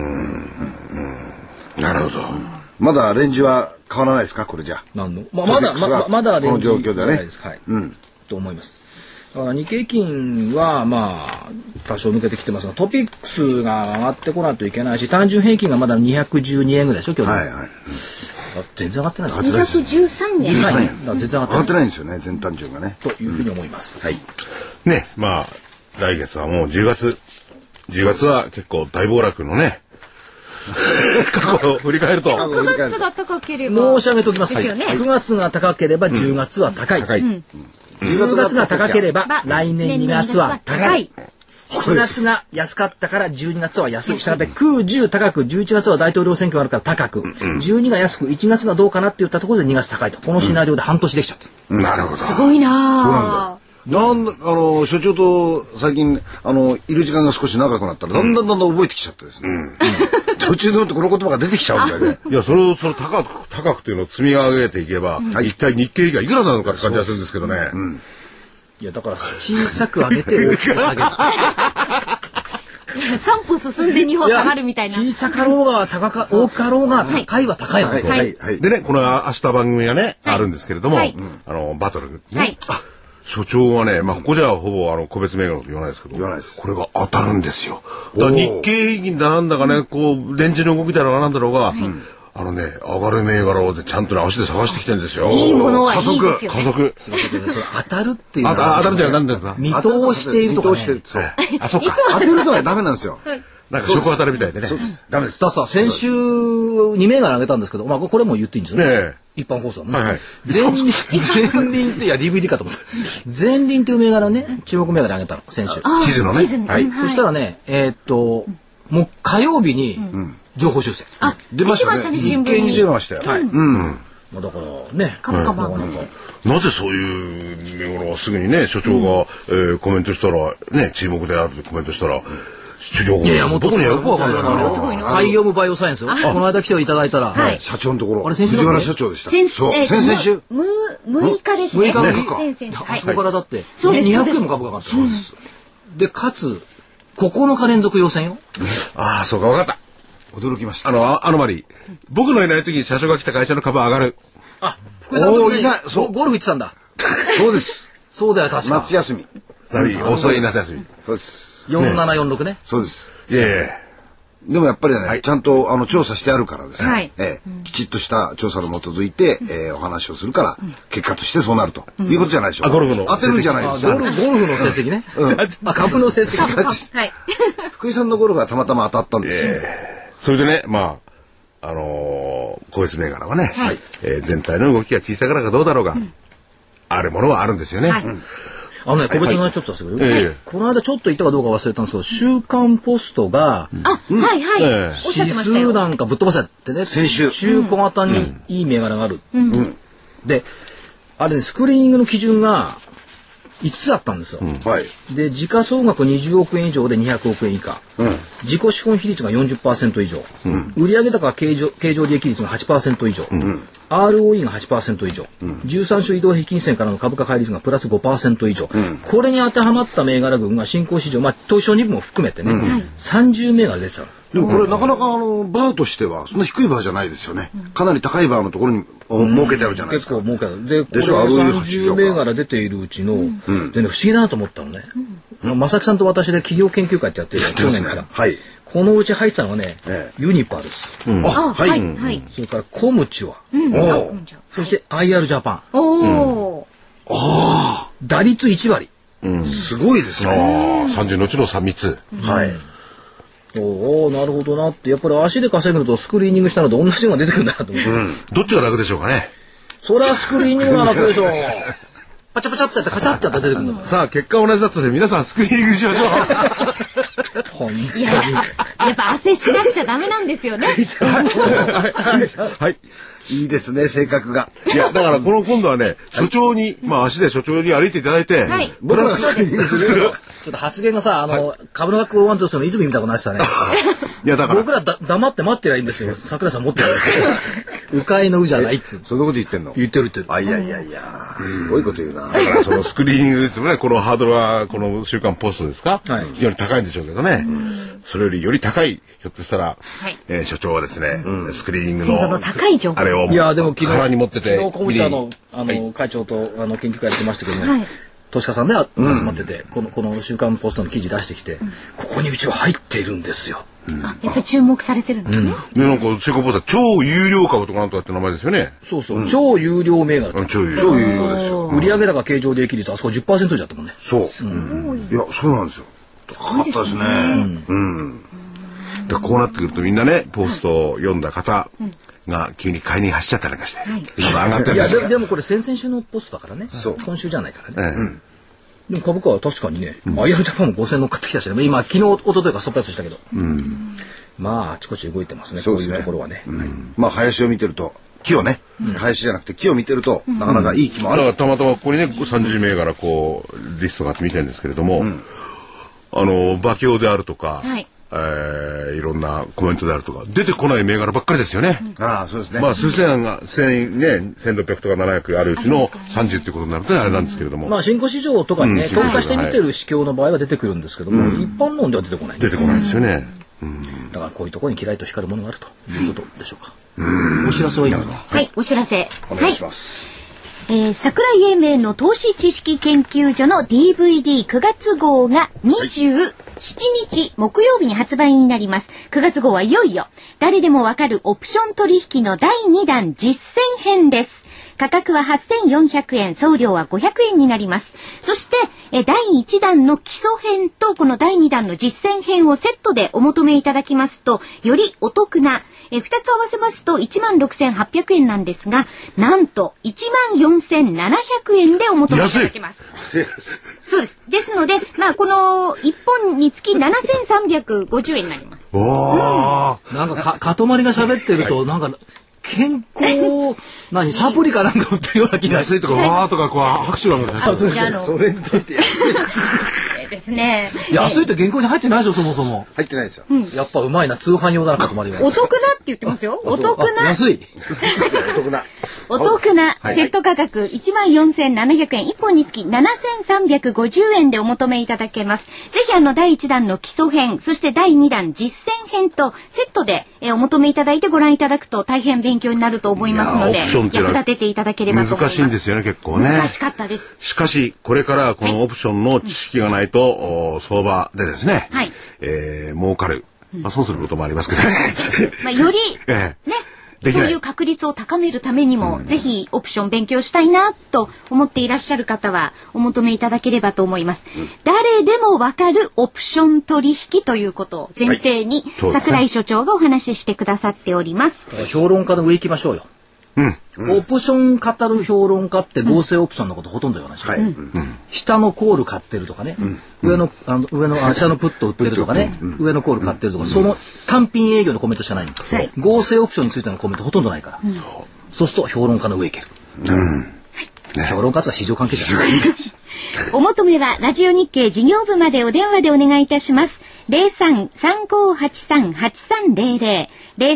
なるほど。まだレンジは変わらないですか、これじゃ。 まだレンジじゃないですか。と思います。だから日経平均は多少抜けてきてますが、トピックスが上がってこないといけないし、単純平均がまだ212円ぐらいでしょ今日。全然上がってない。 213円。 全然上がってないんですよね、全単純がね。 というふうに思います。 ね、来月はもう10月は結構大暴落のね。過去を振り返ると 9月が高ければ申し上げておきます。9月が高ければ10月は高い。10月が高ければ来年2月は高い。7月が安かったから12月は安い。したがって9、10高く、11月は大統領選挙があるから高く、12が安く、1月がどうかなって言ったところで2月高いと。このシナリオで半年できちゃって。 なるほど。 すごいなぁ。 所長と最近いる時間が少し長くなったらだんだん覚えてきちゃってですね、途中でこの言葉が出てきちゃうんだよね。 いや、それを高くというのを積み上げていけば、一体日経平均がいくらなのかって感じがするんですけどね。 いや、だから小さく上げて大きく下げる。 3歩進んで2歩下がるみたいな。 小さかろうが大かろうが高いは高いなんですよ。 でね、この明日番組がね、あるんですけれども、バトルね。所長はね、ここじゃほぼ個別銘柄と言わないですけど、これが当たるんですよ。だから日経平均だなんだかね、レンジの動きだろうがなんだろうが、上がる銘柄をちゃんとね、足で探してきてるんですよ。 いいものはいいですよね。 加速。 それ当たるっていうのは。 当たるんじゃない、なんですか。 見通しているとかね。 そう。あ、そうか。当てるのはダメなんですよ。 なんか食当たりみたいでね。 そうです。ダメです。 だからさ、先週2銘柄あげたんですけど、まあこれも言っていいんですよね。一般放送ね。前輪って、いや DVD かと思った。前輪っていう銘柄ね、注目銘柄あげたの、先週。 地図のね。 はい。そしたらね、もう火曜日に情報修正。 出ましたね。日経に出ましたよ。 はい。だからね、 なぜそういう銘柄はすぐにね、所長がコメントしたら、ね、注目であるとコメントしたら、 いや、もっと僕にはよくわかんないな。海洋部バイオサイエンスよ。この間来ていただいたら、 社長のところ。 あれ先週藤原社長でした。そう。先々週。 6日ですね。 6日そこからだって200円も株が上がった。で、かつ9日連続要請よ。 ああ、そうか、わかった。 驚きました。 アノマリー。僕のいない時に社長が来た会社の株上がる。 あ、福井さんの時にゴルフ行ってたんだ。 そうです。 そうだよ、確か。 夏休み。 遅い夏休み。 そうです。 4746ね。 そうです。 いやいや。 でもやっぱりね、ちゃんと調査してあるからですね。きちっとした調査に基づいてお話をするから、結果としてそうなるということじゃないでしょうか。 ゴルフの当てるんじゃないですか。 ゴルフの成績ね。株の成績。 はい。 福井さんのゴルフがたまたま当たったんですよ。 それでね、まあ個別銘柄はね、全体の動きが小さいからかどうだろうが、あるものはあるんですよね。 個別の話ちょっとですけど、この間ちょっと言ったかどうか忘れたんですけど、週刊ポストが、指数なんかぶっ飛ばせってね、 先週中小型にいい銘柄がある。で、あれね、スクリーニングの基準が5つあったんですよ。で、時価総額20億円以上で200億円以下。自己資本比率が 40% 以上。売上高経常利益率が 8% 以上。ROE が 8% 以上。13種移動平均線からの株価乖離率がプラス 5% 以上。これに当てはまった銘柄群が新興市場、東証2部も含めてね、30銘柄ですから。 でもこれなかなかバーとしてはそんな低いバーじゃないですよね。かなり高いバーのところに儲けてあるじゃないですか。 結構儲けてある。で、これ30銘柄出ているうちの、でね、不思議だなと思ったのね。正木さんと私で企業研究会ってやってる去年から。このうち入ってたのがね、ユニパです。 はい。 それからコムチュア。そして IR ジャパン。打率1割。 すごいですね。 30のうちの3つ。 おお、なるほどなって、やっぱり足で稼ぐのとスクリーニングしたのと同じのが出てくるんだなと思って。 どっちが楽でしょうかね。それはスクリーニングが楽でしょう。パチャパチャってやってカチャってやったら出てくるんだ。 さあ、結果同じだったので皆さんスクリーニングしましょう。 いや、やっぱ汗しなくちゃダメなんですよね。 はい。 いいですね、性格が。 いや、だから今度はね、所長に、足で所長に歩いていただいて、 僕らスクリーニングする。ちょっと発言がさ、株の学校ワンツースの泉みたいなことなってたね。いや、だから僕ら黙って待ってりゃいいんですよ。桜井さん持ってるんですけど。迂回のうじゃないっつう。 そんなこと言ってんの？ 言ってる。 あ、いや、すごいこと言うな。 だからそのスクリーニングですもね、このハードルはこの週刊ポストですか？非常に高いんでしょうけどね。それよりより高い、ひょっとしたら、所長はですね、スクリーニングの高い情報。 あれを、 いや、でも昨日コムチャの会長と研究会やってましたけども、投資家さんね集まってて、この週刊ポストの記事出してきて、ここにうちは入っているんですよ。 やっぱり注目されてるんですね。 なんか週刊ポストは超有料株とかなんとかって名前ですよね。 そう、超有料銘柄。 超有料ですよ。 売上高経常利益率あそこ 10% 以上だったもんね。 そう。いや、そうなんですよ。高かったですね。 でこうなってくるとみんなね、ポストを読んだ方が急に買いに走っちゃったりなんかして、上がってるんですよ。 でもこれ先々週のポストだからね。今週じゃないからね。でも株価は確かにね、IR ジャパンも5000乗っかってきたしね、今昨日一昨日かストップ安したけど、まああちこち動いてますね。こういうところはね。 まあ林を見てると木をね、林じゃなくて木を見てるとなかなかいい木もある。 だからたまたまここにね30銘柄こうリストがあって見てるんですけれども、馬鏡であるとか。いろんなコメントであるとか出てこない銘柄ばっかりですよね。 そうですね。 まあ数千が1600とか700あるうちの30っていうことになるとあれなんですけれども、 新興市場とかにね特化して見てる指標の場合は出てくるんですけども、一般論では出てこない。 出てこないですよね。 だからこういうところにキラリと光るものがあるということでしょうか。お知らせはいいのかな。 はい、お知らせお願いします。 桜井英明の投資知識研究所の DVD9 月号が27日木曜日に発売になります。9月号はいよいよ誰でもわかるオプション取引の第2弾実践編です。 価格は8400円、送料は500円になります。そして、第1弾の基礎編とこの第2弾の実践編をセットでお求めいただきますと、よりお得な、2つ合わせますと16,800円なんですが、なんと14,700円でお求めいただけます。そうです。ですので、この1本につき7,350円になります。 なんかかとまりが喋ってると、なんか健康サプリかなんか売ってるような気が安いとかわーとかこう拍手がそれにとってですね。 安いって原稿に入ってないでしょ、そもそも。 入ってないですよ。 やっぱうまいな、通販用だな、かとまりが。 お得なって言ってますよ。お得な。 安い。 お得なセット価格14,700円、1本につき7,350円でお求めいただけます。ぜひ第1弾の基礎編、そして第2弾実践編とセットでお求めいただいてご覧いただくと大変勉強になると思いますので、役立てていただければと思います。 難しいんですよね、結構ね。 難しかったです。 しかし、これからこのオプションの知識がないと、相場でですね、儲かる。損することもありますけどね。 より、そういう確率を高めるためにも、ぜひオプション勉強したいなと思っていらっしゃる方はお求めいただければと思います。誰でもわかるオプション取引ということを前提に、櫻井所長がお話ししてくださっております。 評論家の上行きましょうよ。オプション語る評論家って合成オプションのことほとんど言わないし、下のコール買ってるとかね、下のプット売ってるとかね、上のコール買ってるとか、その単品営業のコメントしかないんです。合成オプションについてのコメントほとんどないから、そうすると評論家の上行ける。評論家は市場関係者ない。 お求めはラジオ日経事業部までお電話でお願いいたします。03-3583-8300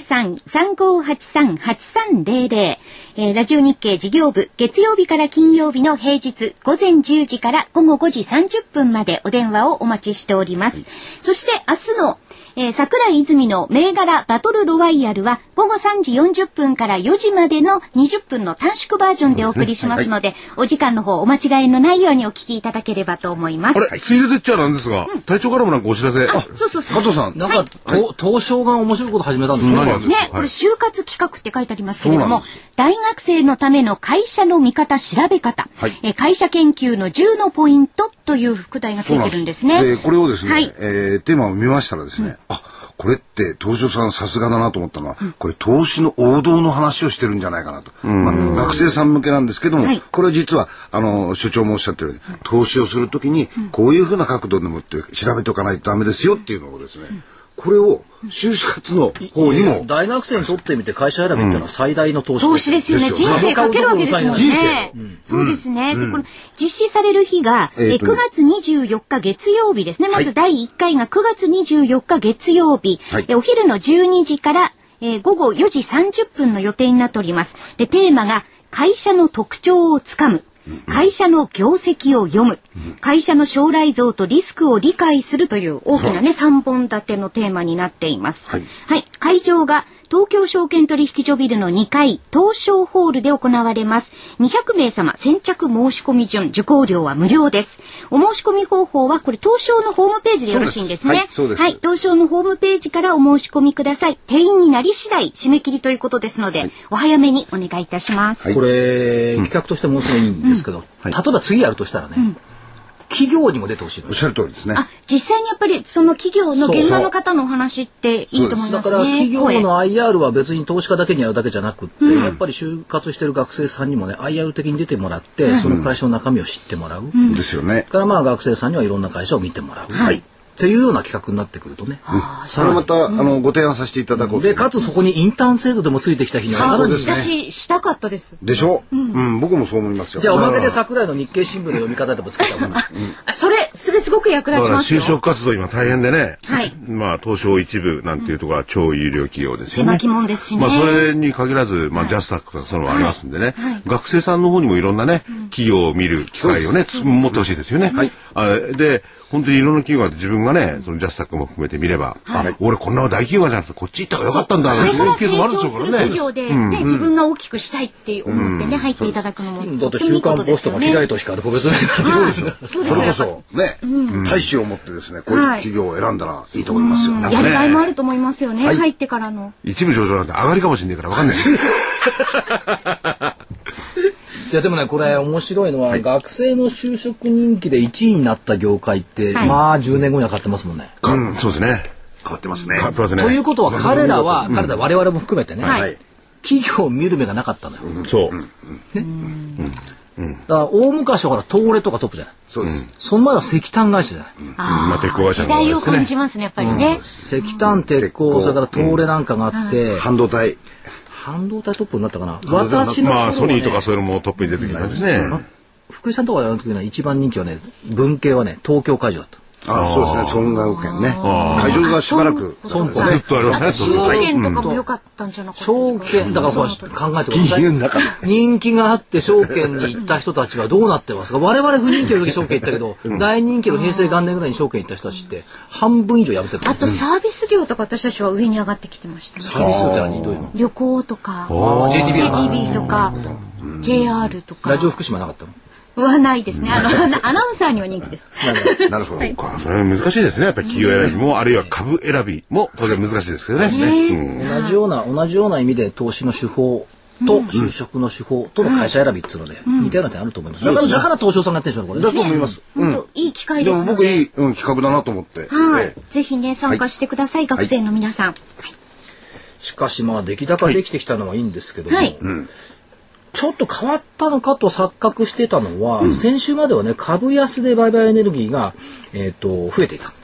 03-3583-8300、ラジオ日経事業部月曜日から金曜日の平日午前10時から午後5時30分までお電話をお待ちしております。そして明日の桜井泉の銘柄バトルロワイヤルは午後3時40分から4時までの20分の短縮バージョンでお送りしますので、お時間の方お間違いのないようにお聞きいただければと思います。 ついででっちゃなんですが、隊長からもなんかお知らせ。 そう加藤さん、 なんか東証が面白いこと始めたんですね。これ就活企画って書いてありますけれども、大学生のための会社の見方調べ方、会社研究の10のポイントという副題がついてるんですね。 これをですね、テーマを見ましたらですね、これって東証さんさすがだなと思ったのは、これ投資の王道の話をしてるんじゃないかなと。学生さん向けなんですけども、これは実は所長もおっしゃってるように、投資をするときにこういうふうな角度でもって調べておかないとダメですよっていうのをですね、これを就活の方にも大学生にとってみて会社選びっていうのは最大の投資ですよね。人生かけるわけですよね。そうですね。でこれ実施される日が9月24日月曜日ですね。まず第1回が9月24日月曜日、お昼の12時から午後4時30分の予定になっております。でテーマが会社の特徴をつかむ、会社の業績を読む、会社の将来像とリスクを理解するという大きな3本立てのテーマになっています。会場が東京証券取引所ビルの2階東証ホールで行われます。200名様先着申し込み順、受講料は無料です。お申し込み方法はこれ東証のホームページでよろしいんですね。東証のホームページからお申し込みください。定員になり次第締め切りということですので、お早めにお願いいたします。 これ企画としてもすごいいいんですけど、例えば次やるとしたらね、企業にも出てほしい。 おっしゃる通りですね。 実際にやっぱりその企業の現場の方のお話っていいと思いますね。 だから企業の IR は別に投資家だけにやるだけじゃなくって、やっぱり就活してる学生さんにもね IR 的に出てもらって、その会社の中身を知ってもらう。 ですよね。 から学生さんにはいろんな会社を見てもらう。っていうような企画になってくるとね、 それまたご提案させていただこうで、かつそこにインターン制度でもついてきた日にはさらに私したかったですでしょ。僕もそう思いますよ。 じゃあおまけで桜井の日経新聞の読み方でもつけたもん。 それすごく役立ちますよ。 就職活動今大変でね、東証一部なんていうところは超有料企業ですよね。 狭き門ですしね。 それに限らずジャスタックとかそのありますんでね、学生さんの方にもいろんなね企業を見る機会をね持ってほしいですよね。で本当にいろんな企業が自分がねそのジャスタックも含めて見れば、俺こんな大企業じゃなくてこっち行った方がよかったんだそれから成長する企業で自分が大きくしたいって思ってね入っていただくのもだって週刊ポストが開いとしかある個別にそれこそね大志を持ってですねこういう企業を選んだらいいと思いますよ。 やりがいもあると思いますよね。入ってからの一部上場なんて上がりかもしれないから分かんないいやでもねこれ面白いのは、学生の就職人気で1位になった業界って、まあ10年後には変わってますもんね。 そうですね。 変わってますね。 変わってますね。 ということは彼ら我々も含めてね、企業を見る目がなかったのよ。 そう。 だから大昔はほら東レとかトップじゃない。 そうです。 その前は石炭会社じゃない。 まあ鉄鋼会社時代を感じますねやっぱりね。 石炭鉄鋼それから東レなんかがあって、 半導体トップになったかな。私のまあソニーとかそういうのもトップに出てきたんですね。 福井さんとかやる時には一番人気はね文系はね東京海上だった。 そうですね。損害保険ね。会場がしばらくずっとありますね。 証券とかも良かったんじゃなかった証券だから考えてください。人気があって証券に行った人たちはどうなってますか。我々不人気の時証券行ったけど、大人気の平成元年ぐらいに証券行った人たちって半分以上やめてる。 あとサービス業とか私たちは上に上がってきてましたね。 サービス業って何どういうの？ 旅行とか JTB とか JR とか。 ラジオ福島なかったの？ はないですね。アナウンサーには人気です。 なるほど。 それは難しいですね。やっぱり企業選びもあるいは株選びも当然難しいですけどね。 同じような意味で投資の手法と就職の手法との会社選びっていうので似たような点あると思います。だから東証さんがやってるんでしょこれ。 だと思います。 いい機会ですね。 でも僕いい企画だなと思って。 ぜひね参加してください学生の皆さん。 しかしまあ出来高できてきたのはいいんですけども。ちょっと変わったのかと錯覚してたのは、先週まではね株安で売買エネルギーが、増えていた。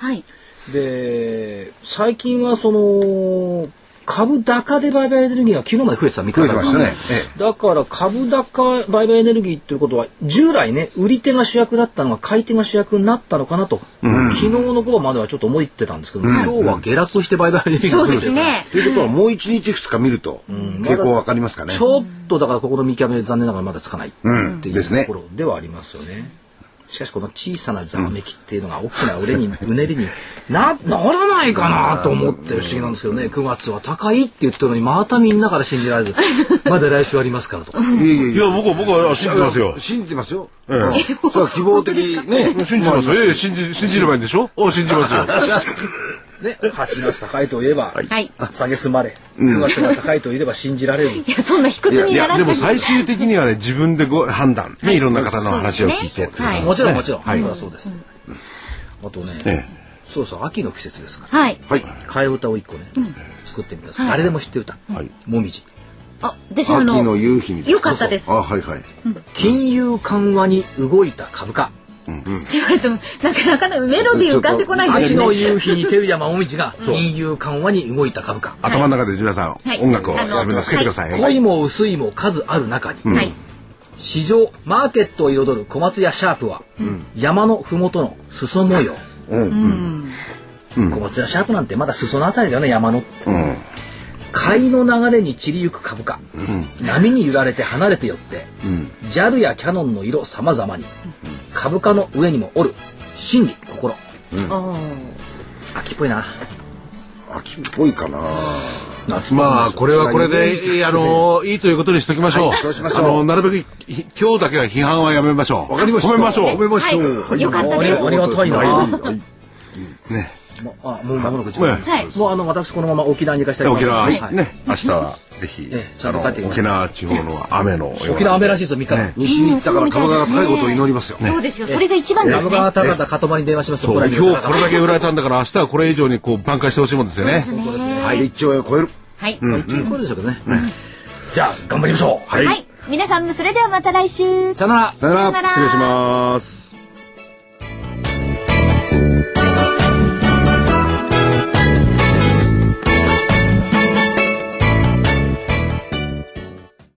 で最近はその株高で売買エネルギーが昨日まで増えてた3日間ですね。だから株高売買エネルギーということは従来ね売り手が主役だったのが買い手が主役になったのかなと、昨日の頃まではちょっと思ってたんですけど、今日は下落して売買エネルギーが増えてる。 そうですね。 ということはもう1日2日見ると傾向わかりますかね。 ちょっとだからここの見極め残念ながらまだつかないっていうところではありますよね。しかしこの小さなざわめきっていうのが大きなうねりにならないかなと思って不思議なんですけどね。9月は高いって言ってるのにまたみんなから信じられずまだ来週ありますからとか。 いや僕は信じてますよ。 信じてますよ。それは希望的ね。 信じますよ。信じればいいんでしょ。信じますよ。 ね、8月高いと言えば下げすまれ、9月が高いと言えば信じられる。 いやそんな卑屈にならずに。 でも最終的にはね自分で判断ねいろんな方の話を聞いて。 もちろんそうです。あとね、そう秋の季節ですから。替え歌を1個ね作ってみたんです。誰でも知ってる歌。もみじ。 私秋の夕日に。 よかったです。 金融緩和に動いた株価。 って言われてもなかなかメロディー浮かんでこないんですね。秋の夕日に照山もみじが金融緩和に動いた株価。 頭の中で皆さん音楽を自分でつけてください。 濃いも薄いも数ある中に市場マーケットを彩る小松屋シャープは山のふもとの裾模様。小松屋シャープなんてまだ裾のあたりだよね山の。買いの流れに散りゆく株価、波に揺られて離れてよって、JAL やキヤノンの色様々に、株価の上にもおる心理心。秋っぽいな。 秋っぽいかな。 まあこれはこれでいいということにしときましょう。なるべく今日だけは批判はやめましょう。 わかりました。 褒めましょう。 よかったです。 ありがたいな。 ね。 もう間もなく時間です。もう私このまま沖縄に行かしたいと思います。 沖縄ね明日はぜひ沖縄地方の雨の沖縄雨らしいですよ3日。 西に行ったから株価が高いことを祈りますよ。 そうですよ。それが一番ですね。 株価が高かったら塊に電話しますよ。 今日これだけ売られたんだから明日はこれ以上に挽回してほしいもんですよね。 はい1兆円を超える。 1兆円超えるでしょうけどね。じゃあ頑張りましょう。 はい。皆さんもそれではまた来週。 さよなら。 失礼します。